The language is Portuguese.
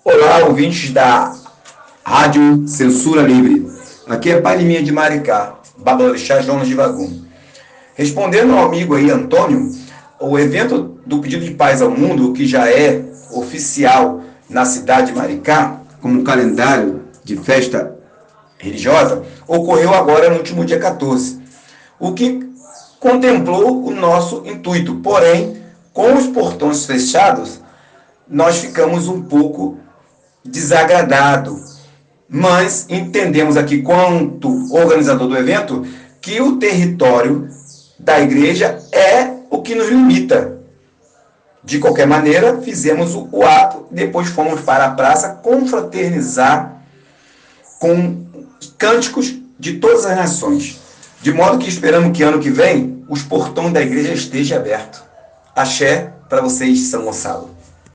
Olá, ouvintes da Rádio Censura Livre. Aqui é Pai Liminha de Maricá, Babalorixá Jonas de Vagum. Respondendo ao amigo aí, Antônio, o evento do Pedido de Paz ao Mundo, que já é oficial na cidade de Maricá, como um calendário de festa religiosa, ocorreu agora no último dia 14, o que contemplou o nosso intuito. Porém, com os portões fechados, nós ficamos um pouco desagradado, mas entendemos aqui, quanto organizador do evento, que o território da igreja é o que nos limita. De qualquer maneira, fizemos o ato, depois fomos para a praça confraternizar com cânticos de todas as nações. De modo que esperamos que ano que vem os portões da igreja estejam abertos. Axé para vocês, São Gonçalo.